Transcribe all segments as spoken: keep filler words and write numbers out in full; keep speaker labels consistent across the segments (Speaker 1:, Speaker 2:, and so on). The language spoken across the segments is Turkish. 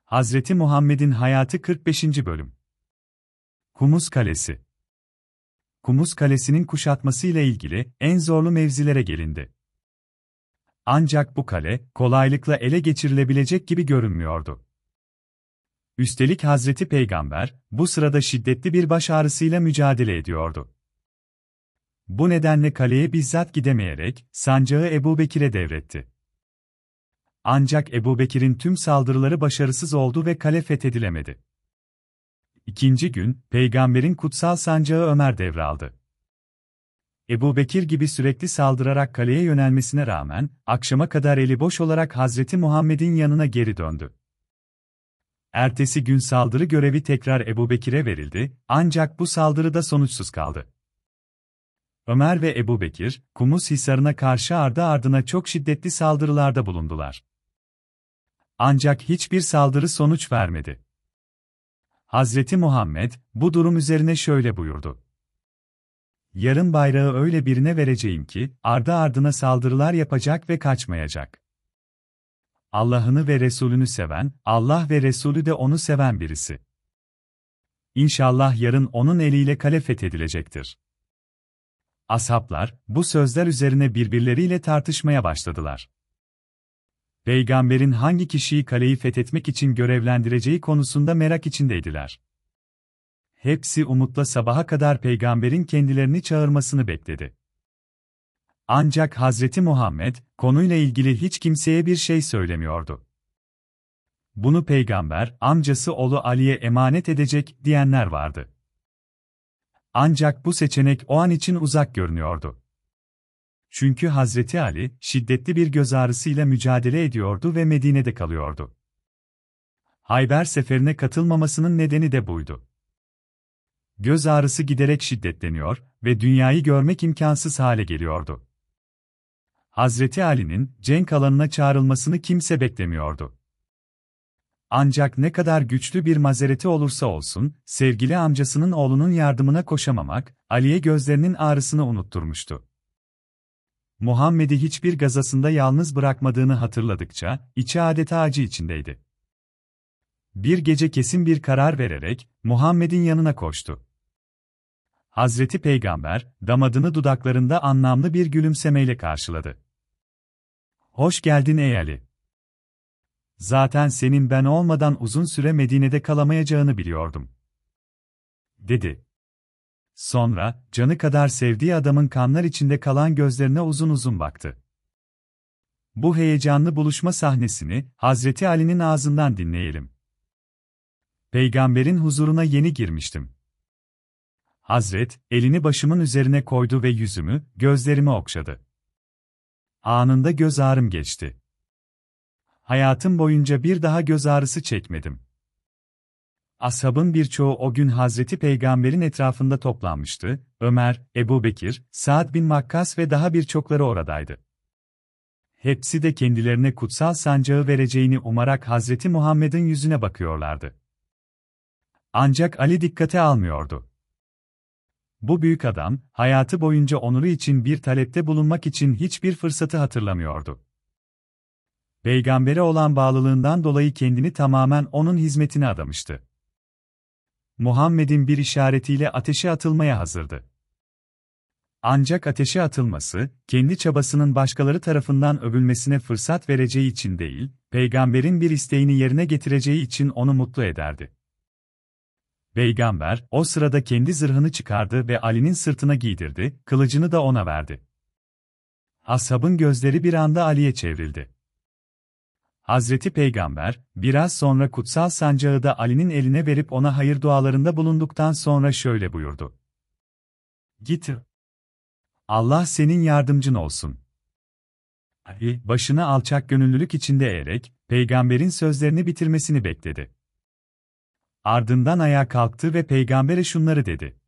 Speaker 1: Hazreti Muhammed'in hayatı kırk beşinci bölüm. Humus Kalesi. Humus Kalesi'nin kuşatmasıyla ilgili en zorlu mevzilere gelindi. Ancak bu kale, kolaylıkla ele geçirilebilecek gibi görünmüyordu. Üstelik Hazreti Peygamber, bu sırada şiddetli bir baş ağrısıyla mücadele ediyordu. Bu nedenle kaleye bizzat gidemeyerek, sancağı Ebubekir'e devretti. Ancak Ebubekir'in tüm saldırıları başarısız oldu ve kale fethedilemedi. İkinci gün, Peygamber'in kutsal sancağı Ömer devraldı. Ebubekir gibi sürekli saldırarak kaleye yönelmesine rağmen, akşama kadar eli boş olarak Hazreti Muhammed'in yanına geri döndü. Ertesi gün saldırı görevi tekrar Ebubekir'e verildi, ancak bu saldırı da sonuçsuz kaldı. Ömer ve Ebubekir, Humus Hisarı'na karşı ardı ardına çok şiddetli saldırılarda bulundular. Ancak hiçbir saldırı sonuç vermedi. Hazreti Muhammed, bu durum üzerine şöyle buyurdu. Yarın bayrağı öyle birine vereceğim ki, ardı ardına saldırılar yapacak ve kaçmayacak. Allah'ını ve Resulünü seven, Allah ve Resulü de onu seven birisi. İnşallah yarın onun eliyle kale fethedilecektir. Ashablar, bu sözler üzerine birbirleriyle tartışmaya başladılar. Peygamberin hangi kişiyi kaleyi fethetmek için görevlendireceği konusunda merak içindeydiler. Hepsi umutla sabaha kadar peygamberin kendilerini çağırmasını bekledi. Ancak Hazreti Muhammed, konuyla ilgili hiç kimseye bir şey söylemiyordu. Bunu peygamber, amcası oğlu Ali'ye emanet edecek, diyenler vardı. Ancak bu seçenek o an için uzak görünüyordu. Çünkü Hazreti Ali, şiddetli bir göz ağrısıyla mücadele ediyordu ve Medine'de kalıyordu. Hayber seferine katılmamasının nedeni de buydu. Göz ağrısı giderek şiddetleniyor ve dünyayı görmek imkansız hale geliyordu. Hazreti Ali'nin cenk alanına çağrılmasını kimse beklemiyordu. Ancak ne kadar güçlü bir mazereti olursa olsun, sevgili amcasının oğlunun yardımına koşamamak, Ali'ye gözlerinin ağrısını unutturmuştu. Muhammed'i hiçbir gazasında yalnız bırakmadığını hatırladıkça, içi adeta acı içindeydi. Bir gece kesin bir karar vererek, Muhammed'in yanına koştu. Hazreti Peygamber, damadını dudaklarında anlamlı bir gülümsemeyle karşıladı. "Hoş geldin ey Ali. Zaten senin ben olmadan uzun süre Medine'de kalamayacağını biliyordum," dedi. Sonra, canı kadar sevdiği adamın kanlar içinde kalan gözlerine uzun uzun baktı. Bu heyecanlı buluşma sahnesini, Hazreti Ali'nin ağzından dinleyelim. Peygamberin huzuruna yeni girmiştim. Hazret, elini başımın üzerine koydu ve yüzümü, gözlerimi okşadı. Anında göz ağrım geçti. Hayatım boyunca bir daha göz ağrısı çekmedim. Ashabın birçoğu o gün Hazreti Peygamber'in etrafında toplanmıştı, Ömer, Ebubekir, Sa'd bin Vakkas ve daha birçokları oradaydı. Hepsi de kendilerine kutsal sancağı vereceğini umarak Hazreti Muhammed'in yüzüne bakıyorlardı. Ancak Ali dikkate almıyordu. Bu büyük adam, hayatı boyunca onuru için bir talepte bulunmak için hiçbir fırsatı hatırlamıyordu. Peygambere olan bağlılığından dolayı kendini tamamen onun hizmetine adamıştı. Muhammed'in bir işaretiyle ateşe atılmaya hazırdı. Ancak ateşe atılması, kendi çabasının başkaları tarafından övülmesine fırsat vereceği için değil, peygamberin bir isteğini yerine getireceği için onu mutlu ederdi. Peygamber, o sırada kendi zırhını çıkardı ve Ali'nin sırtına giydirdi, kılıcını da ona verdi. Ashabın gözleri bir anda Ali'ye çevrildi. Hazreti Peygamber, biraz sonra kutsal sancağı da Ali'nin eline verip ona hayır dualarında bulunduktan sonra şöyle buyurdu. "Git. Allah senin yardımcın olsun." Ali, başını alçak gönüllülük içinde eğerek, Peygamberin sözlerini bitirmesini bekledi. Ardından ayağa kalktı ve Peygamber'e şunları dedi.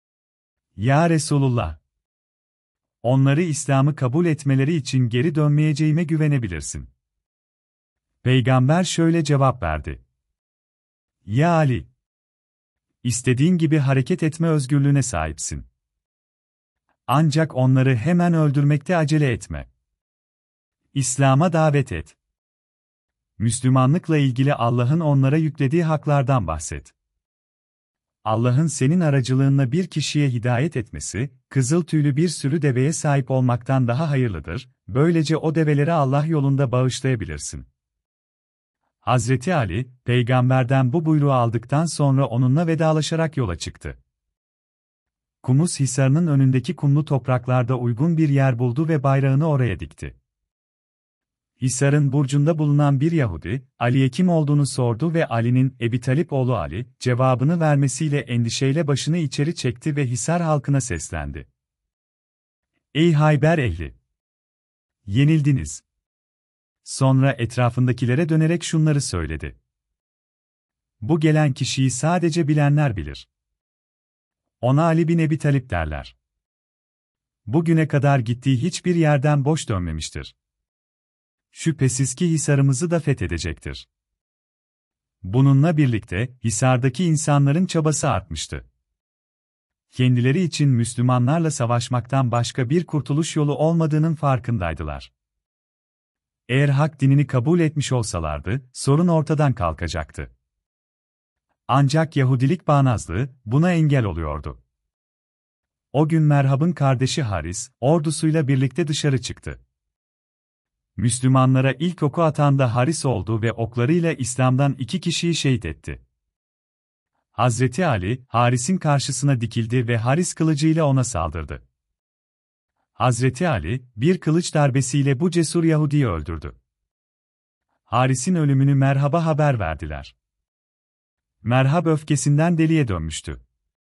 Speaker 1: "Ya Resulullah! Onları İslam'ı kabul etmeleri için geri dönmeyeceğime güvenebilirsin." Peygamber şöyle cevap verdi. "Ya Ali! İstediğin gibi hareket etme özgürlüğüne sahipsin. Ancak onları hemen öldürmekte acele etme. İslam'a davet et. Müslümanlıkla ilgili Allah'ın onlara yüklediği haklardan bahset. Allah'ın senin aracılığınla bir kişiye hidayet etmesi, kızıl tüylü bir sürü deveye sahip olmaktan daha hayırlıdır, böylece o develeri Allah yolunda bağışlayabilirsin. Hazreti Ali, peygamberden bu buyruğu aldıktan sonra onunla vedalaşarak yola çıktı. Kumus Hisarı'nın önündeki kumlu topraklarda uygun bir yer buldu ve bayrağını oraya dikti. Hisar'ın burcunda bulunan bir Yahudi, Ali'ye kim olduğunu sordu ve Ali'nin, Ebi Talip oğlu Ali, cevabını vermesiyle endişeyle başını içeri çekti ve Hisar halkına seslendi. Ey Hayber ehli! Yenildiniz! Sonra etrafındakilere dönerek şunları söyledi. Bu gelen kişiyi sadece bilenler bilir. Ona Ali bin Ebi Talip derler. Bugüne kadar gittiği hiçbir yerden boş dönmemiştir. Şüphesiz ki Hisar'ımızı da fethedecektir. Bununla birlikte, Hisar'daki insanların çabası artmıştı. Kendileri için Müslümanlarla savaşmaktan başka bir kurtuluş yolu olmadığının farkındaydılar. Eğer hak dinini kabul etmiş olsalardı, sorun ortadan kalkacaktı. Ancak Yahudilik bağnazlığı, buna engel oluyordu. O gün Merhab'ın kardeşi Haris, ordusuyla birlikte dışarı çıktı. Müslümanlara ilk oku atan da Haris oldu ve oklarıyla İslam'dan iki kişiyi şehit etti. Hazreti Ali, Haris'in karşısına dikildi ve Haris kılıcıyla ona saldırdı. Hazreti Ali, bir kılıç darbesiyle bu cesur Yahudi'yi öldürdü. Haris'in ölümünü Merhab'a haber verdiler. Merhab öfkesinden deliye dönmüştü.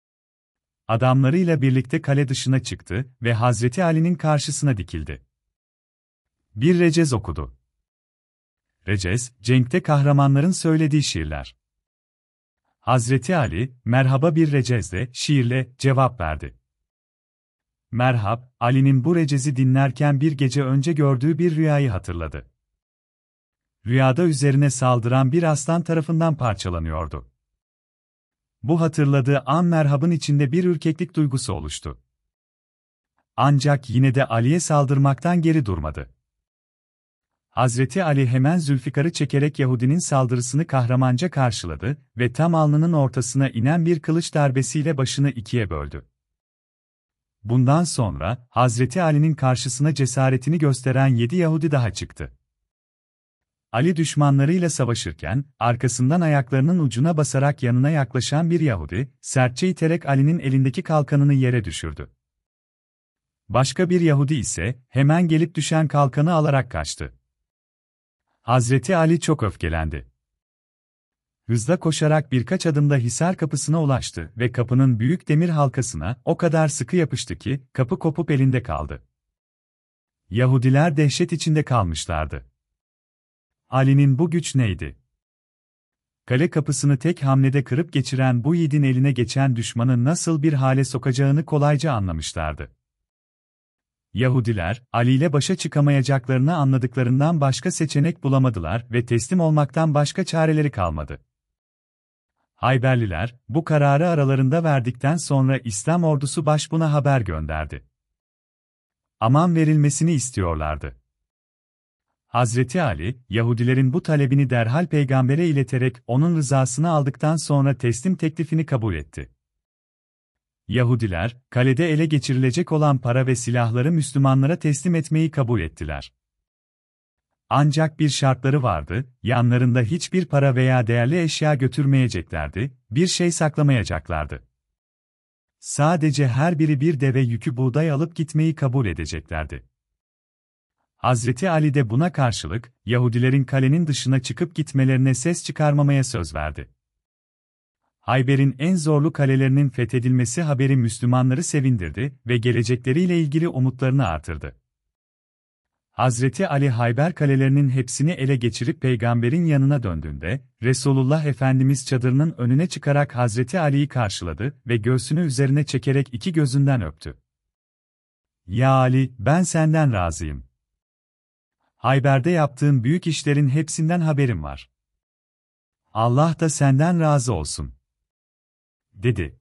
Speaker 1: Adamlarıyla birlikte kale dışına çıktı ve Hazreti Ali'nin karşısına dikildi. Bir recez okudu. Recez, cenkte kahramanların söylediği şiirler. Hazreti Ali, Merhab'a bir recezle, şiirle, cevap verdi. Merhab, Ali'nin bu recezi dinlerken bir gece önce gördüğü bir rüyayı hatırladı. Rüyada üzerine saldıran bir aslan tarafından parçalanıyordu. Bu hatırladığı an Merhab'ın içinde bir ürkeklik duygusu oluştu. Ancak yine de Ali'ye saldırmaktan geri durmadı. Hazreti Ali hemen Zülfikar'ı çekerek Yahudinin saldırısını kahramanca karşıladı ve tam alnının ortasına inen bir kılıç darbesiyle başını ikiye böldü. Bundan sonra, Hazreti Ali'nin karşısına cesaretini gösteren yedi Yahudi daha çıktı. Ali düşmanlarıyla savaşırken, arkasından ayaklarının ucuna basarak yanına yaklaşan bir Yahudi, sertçe iterek Ali'nin elindeki kalkanını yere düşürdü. Başka bir Yahudi ise, hemen gelip düşen kalkanı alarak kaçtı. Hazreti Ali çok öfkelendi. Hızla koşarak birkaç adımda Hisar kapısına ulaştı ve kapının büyük demir halkasına o kadar sıkı yapıştı ki, kapı kopup elinde kaldı. Yahudiler dehşet içinde kalmışlardı. Ali'nin bu güç neydi? Kale kapısını tek hamlede kırıp geçiren bu yiğidin eline geçen düşmanı nasıl bir hale sokacağını kolayca anlamışlardı. Yahudiler, Ali ile başa çıkamayacaklarını anladıklarından başka seçenek bulamadılar ve teslim olmaktan başka çareleri kalmadı. Hayberliler, bu kararı aralarında verdikten sonra İslam ordusu başbuğuna haber gönderdi. Aman verilmesini istiyorlardı. Hazreti Ali, Yahudilerin bu talebini derhal peygambere ileterek onun rızasını aldıktan sonra teslim teklifini kabul etti. Yahudiler, kalede ele geçirilecek olan para ve silahları Müslümanlara teslim etmeyi kabul ettiler. Ancak bir şartları vardı, yanlarında hiçbir para veya değerli eşya götürmeyeceklerdi, bir şey saklamayacaklardı. Sadece her biri bir deve yükü buğday alıp gitmeyi kabul edeceklerdi. Hazreti Ali de buna karşılık, Yahudilerin kalenin dışına çıkıp gitmelerine ses çıkarmamaya söz verdi. Hayber'in en zorlu kalelerinin fethedilmesi haberi Müslümanları sevindirdi ve gelecekleriyle ilgili umutlarını artırdı. Hazreti Ali Hayber kalelerinin hepsini ele geçirip peygamberin yanına döndüğünde, Resulullah Efendimiz çadırının önüne çıkarak Hazreti Ali'yi karşıladı ve göğsünü üzerine çekerek iki gözünden öptü. "Ya Ali, ben senden razıyım. Hayber'de yaptığın büyük işlerin hepsinden haberim var. Allah da senden razı olsun," dedi.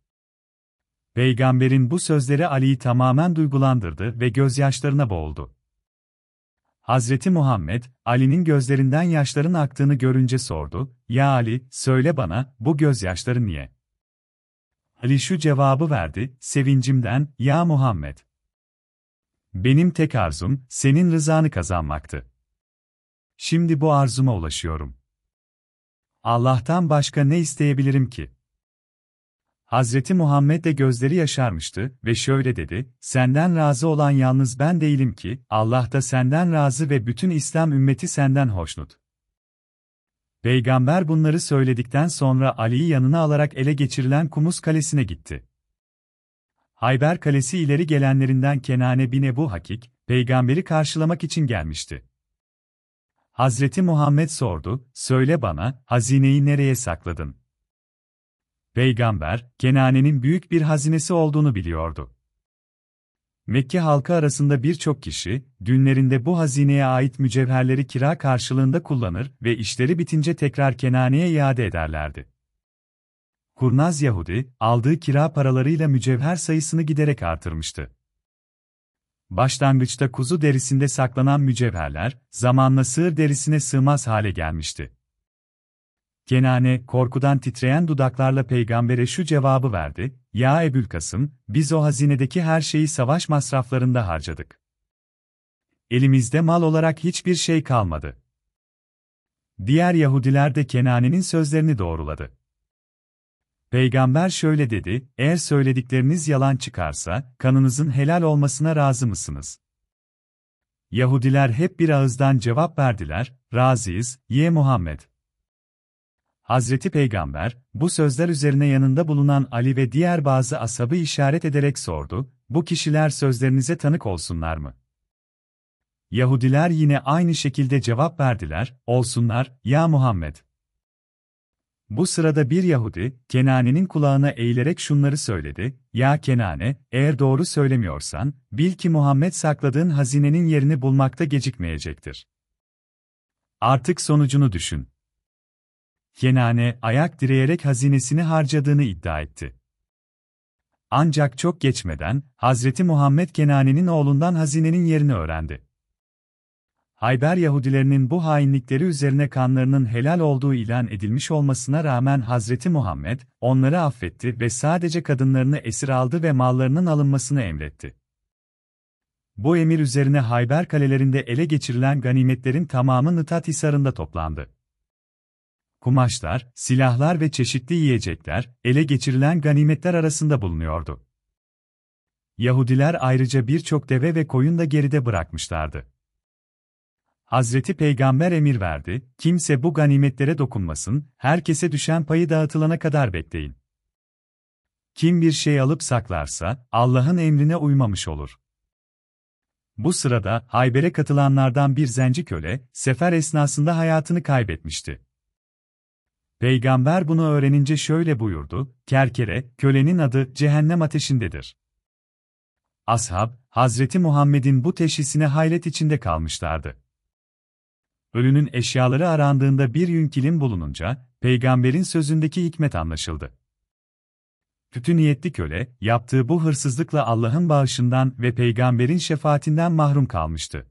Speaker 1: Peygamberin bu sözleri Ali'yi tamamen duygulandırdı ve gözyaşlarına boğuldu. Hazreti Muhammed, Ali'nin gözlerinden yaşların aktığını görünce sordu, "Ya Ali, söyle bana, bu gözyaşları niye?" Ali şu cevabı verdi, "Sevincimden, ya Muhammed. Benim tek arzum, senin rızanı kazanmaktı. Şimdi bu arzuma ulaşıyorum. Allah'tan başka ne isteyebilirim ki?" Hazreti Muhammed de gözleri yaşarmıştı ve şöyle dedi, "Senden razı olan yalnız ben değilim ki, Allah da senden razı ve bütün İslam ümmeti senden hoşnut." Peygamber bunları söyledikten sonra Ali'yi yanına alarak ele geçirilen Kumus Kalesi'ne gitti. Hayber Kalesi ileri gelenlerinden Kenane bin Ebu Hakik, peygamberi karşılamak için gelmişti. Hazreti Muhammed sordu, "Söyle bana, hazineyi nereye sakladın?" Peygamber, Kenane'nin büyük bir hazinesi olduğunu biliyordu. Mekke halkı arasında birçok kişi, günlerinde bu hazineye ait mücevherleri kira karşılığında kullanır ve işleri bitince tekrar Kenane'ye iade ederlerdi. Kurnaz Yahudi, aldığı kira paralarıyla mücevher sayısını giderek artırmıştı. Başlangıçta kuzu derisinde saklanan mücevherler, zamanla sığır derisine sığmaz hale gelmişti. Kenane, korkudan titreyen dudaklarla peygambere şu cevabı verdi, "Ya Ebülkasım, biz o hazinedeki her şeyi savaş masraflarında harcadık. Elimizde mal olarak hiçbir şey kalmadı." Diğer Yahudiler de Kenane'nin sözlerini doğruladı. Peygamber şöyle dedi, "Eğer söyledikleriniz yalan çıkarsa, kanınızın helal olmasına razı mısınız?" Yahudiler hep bir ağızdan cevap verdiler, "Razıyız, ye Muhammed." Hazreti Peygamber, bu sözler üzerine yanında bulunan Ali ve diğer bazı ashabı işaret ederek sordu, "Bu kişiler sözlerinize tanık olsunlar mı?" Yahudiler yine aynı şekilde cevap verdiler, "Olsunlar, ya Muhammed." Bu sırada bir Yahudi, Kenane'nin kulağına eğilerek şunları söyledi, "Ya Kenane, eğer doğru söylemiyorsan, bil ki Muhammed sakladığın hazinenin yerini bulmakta gecikmeyecektir. Artık sonucunu düşün." Kenane, ayak direyerek hazinesini harcadığını iddia etti. Ancak çok geçmeden, Hazreti Muhammed Kenane'nin oğlundan hazinenin yerini öğrendi. Hayber Yahudilerinin bu hainlikleri üzerine kanlarının helal olduğu ilan edilmiş olmasına rağmen Hazreti Muhammed, onları affetti ve sadece kadınlarını esir aldı ve mallarının alınmasını emretti. Bu emir üzerine Hayber kalelerinde ele geçirilen ganimetlerin tamamı Nıtat Hisarı'nda toplandı. Kumaşlar, silahlar ve çeşitli yiyecekler, ele geçirilen ganimetler arasında bulunuyordu. Yahudiler ayrıca birçok deve ve koyun da geride bırakmışlardı. Hazreti Peygamber emir verdi, "Kimse bu ganimetlere dokunmasın, herkese düşen payı dağıtılana kadar bekleyin. Kim bir şey alıp saklarsa, Allah'ın emrine uymamış olur." Bu sırada, Hayber'e katılanlardan bir zenci köle, sefer esnasında hayatını kaybetmişti. Peygamber bunu öğrenince şöyle buyurdu, "Kerkere, kölenin adı cehennem ateşindedir." Ashab, Hazreti Muhammed'in bu teşhisine hayret içinde kalmışlardı. Ölünün eşyaları arandığında bir yün kilim bulununca, Peygamberin sözündeki hikmet anlaşıldı. Kötü niyetli köle, yaptığı bu hırsızlıkla Allah'ın bağışından ve Peygamberin şefaatinden mahrum kalmıştı.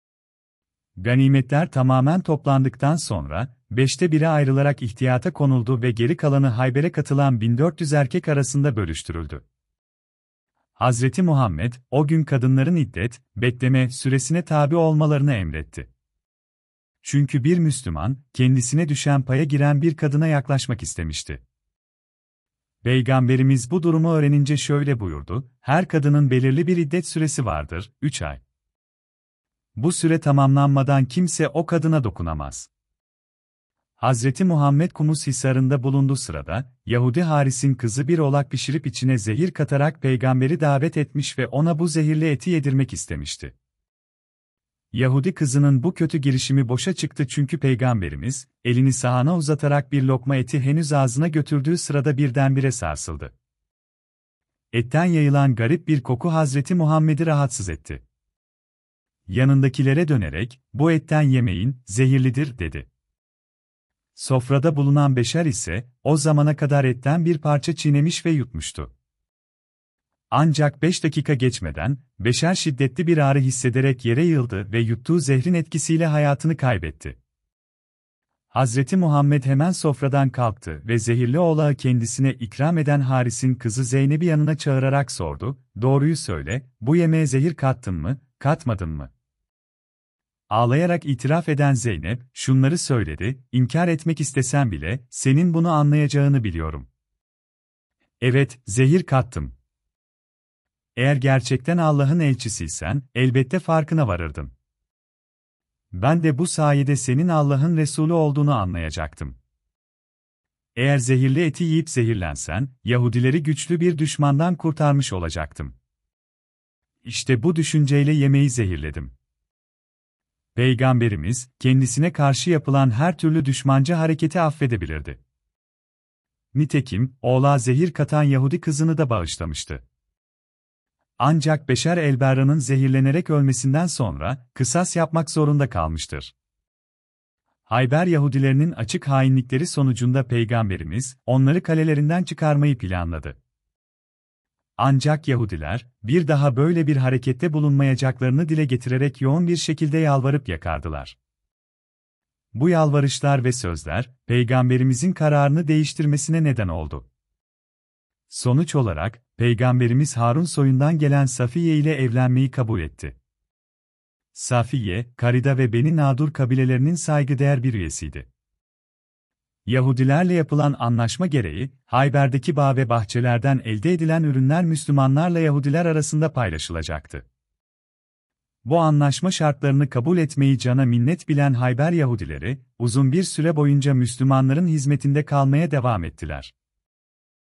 Speaker 1: Ganimetler tamamen toplandıktan sonra, beşte bire ayrılarak ihtiyata konuldu ve geri kalanı Hayber'e katılan bin dört yüz erkek arasında bölüştürüldü. Hazreti Muhammed, o gün kadınların iddet, bekleme süresine tabi olmalarını emretti. Çünkü bir Müslüman, kendisine düşen paya giren bir kadına yaklaşmak istemişti. Peygamberimiz bu durumu öğrenince şöyle buyurdu, "Her kadının belirli bir iddet süresi vardır, üç ay. Bu süre tamamlanmadan kimse o kadına dokunamaz." Hazreti Muhammed Kumus Hisarı'nda bulunduğu sırada, Yahudi Haris'in kızı bir oğlak pişirip içine zehir katarak peygamberi davet etmiş ve ona bu zehirli eti yedirmek istemişti. Yahudi kızının bu kötü girişimi boşa çıktı çünkü Peygamberimiz, elini sahana uzatarak bir lokma eti henüz ağzına götürdüğü sırada birdenbire sarsıldı. Etten yayılan garip bir koku Hazreti Muhammed'i rahatsız etti. Yanındakilere dönerek, "Bu etten yemeyin, zehirlidir." dedi. Sofrada bulunan beşer ise, o zamana kadar etten bir parça çiğnemiş ve yutmuştu. Ancak beş dakika geçmeden, Beşer şiddetli bir ağrı hissederek yere yığıldı ve yuttuğu zehrin etkisiyle hayatını kaybetti. Hazreti Muhammed hemen sofradan kalktı ve zehirli oğlağı kendisine ikram eden Haris'in kızı Zeynep'i yanına çağırarak sordu, "Doğruyu söyle, bu yemeğe zehir kattın mı, katmadın mı?" Ağlayarak itiraf eden Zeynep, şunları söyledi, "İnkar etmek istesem bile, senin bunu anlayacağını biliyorum. Evet, zehir kattım. Eğer gerçekten Allah'ın elçisiysen, elbette farkına varırdın. Ben de bu sayede senin Allah'ın Resulü olduğunu anlayacaktım. Eğer zehirli eti yiyip zehirlensen, Yahudileri güçlü bir düşmandan kurtarmış olacaktım. İşte bu düşünceyle yemeği zehirledim." Peygamberimiz, kendisine karşı yapılan her türlü düşmanca hareketi affedebilirdi. Nitekim, oğlağa zehir katan Yahudi kızını da bağışlamıştı. Ancak Beşer el-Berra'nın zehirlenerek ölmesinden sonra, kısas yapmak zorunda kalmıştır. Hayber Yahudilerinin açık hainlikleri sonucunda Peygamberimiz, onları kalelerinden çıkarmayı planladı. Ancak Yahudiler, bir daha böyle bir harekette bulunmayacaklarını dile getirerek yoğun bir şekilde yalvarıp yakardılar. Bu yalvarışlar ve sözler, Peygamberimizin kararını değiştirmesine neden oldu. Sonuç olarak, Peygamberimiz Harun soyundan gelen Safiye ile evlenmeyi kabul etti. Safiye, Karida ve Beni Nadur kabilelerinin saygıdeğer bir üyesiydi. Yahudilerle yapılan anlaşma gereği, Hayber'deki bağ ve bahçelerden elde edilen ürünler Müslümanlarla Yahudiler arasında paylaşılacaktı. Bu anlaşma şartlarını kabul etmeyi cana minnet bilen Hayber Yahudileri, uzun bir süre boyunca Müslümanların hizmetinde kalmaya devam ettiler.